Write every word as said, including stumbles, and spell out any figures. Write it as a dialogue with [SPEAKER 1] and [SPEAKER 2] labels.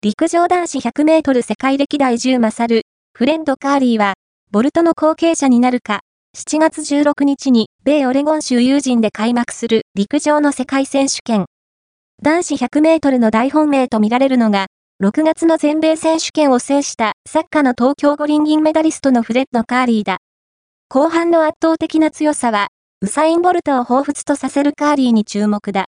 [SPEAKER 1] 陸上男子ひゃくメートル世界歴代じゅう勝る、フレッド・カーリーは、ボルトの後継者になるか、しちがつじゅうろくにちに米オレゴン州ユージンで開幕する陸上の世界選手権。男子ひゃくメートルの大本命と見られるのが、ろくがつの全米選手権を制したサッカーの東京五輪銀メダリストのフレッド・カーリーだ。後半の圧倒的な強さは、ウサイン・ボルトを彷彿とさせるカーリーに注目だ。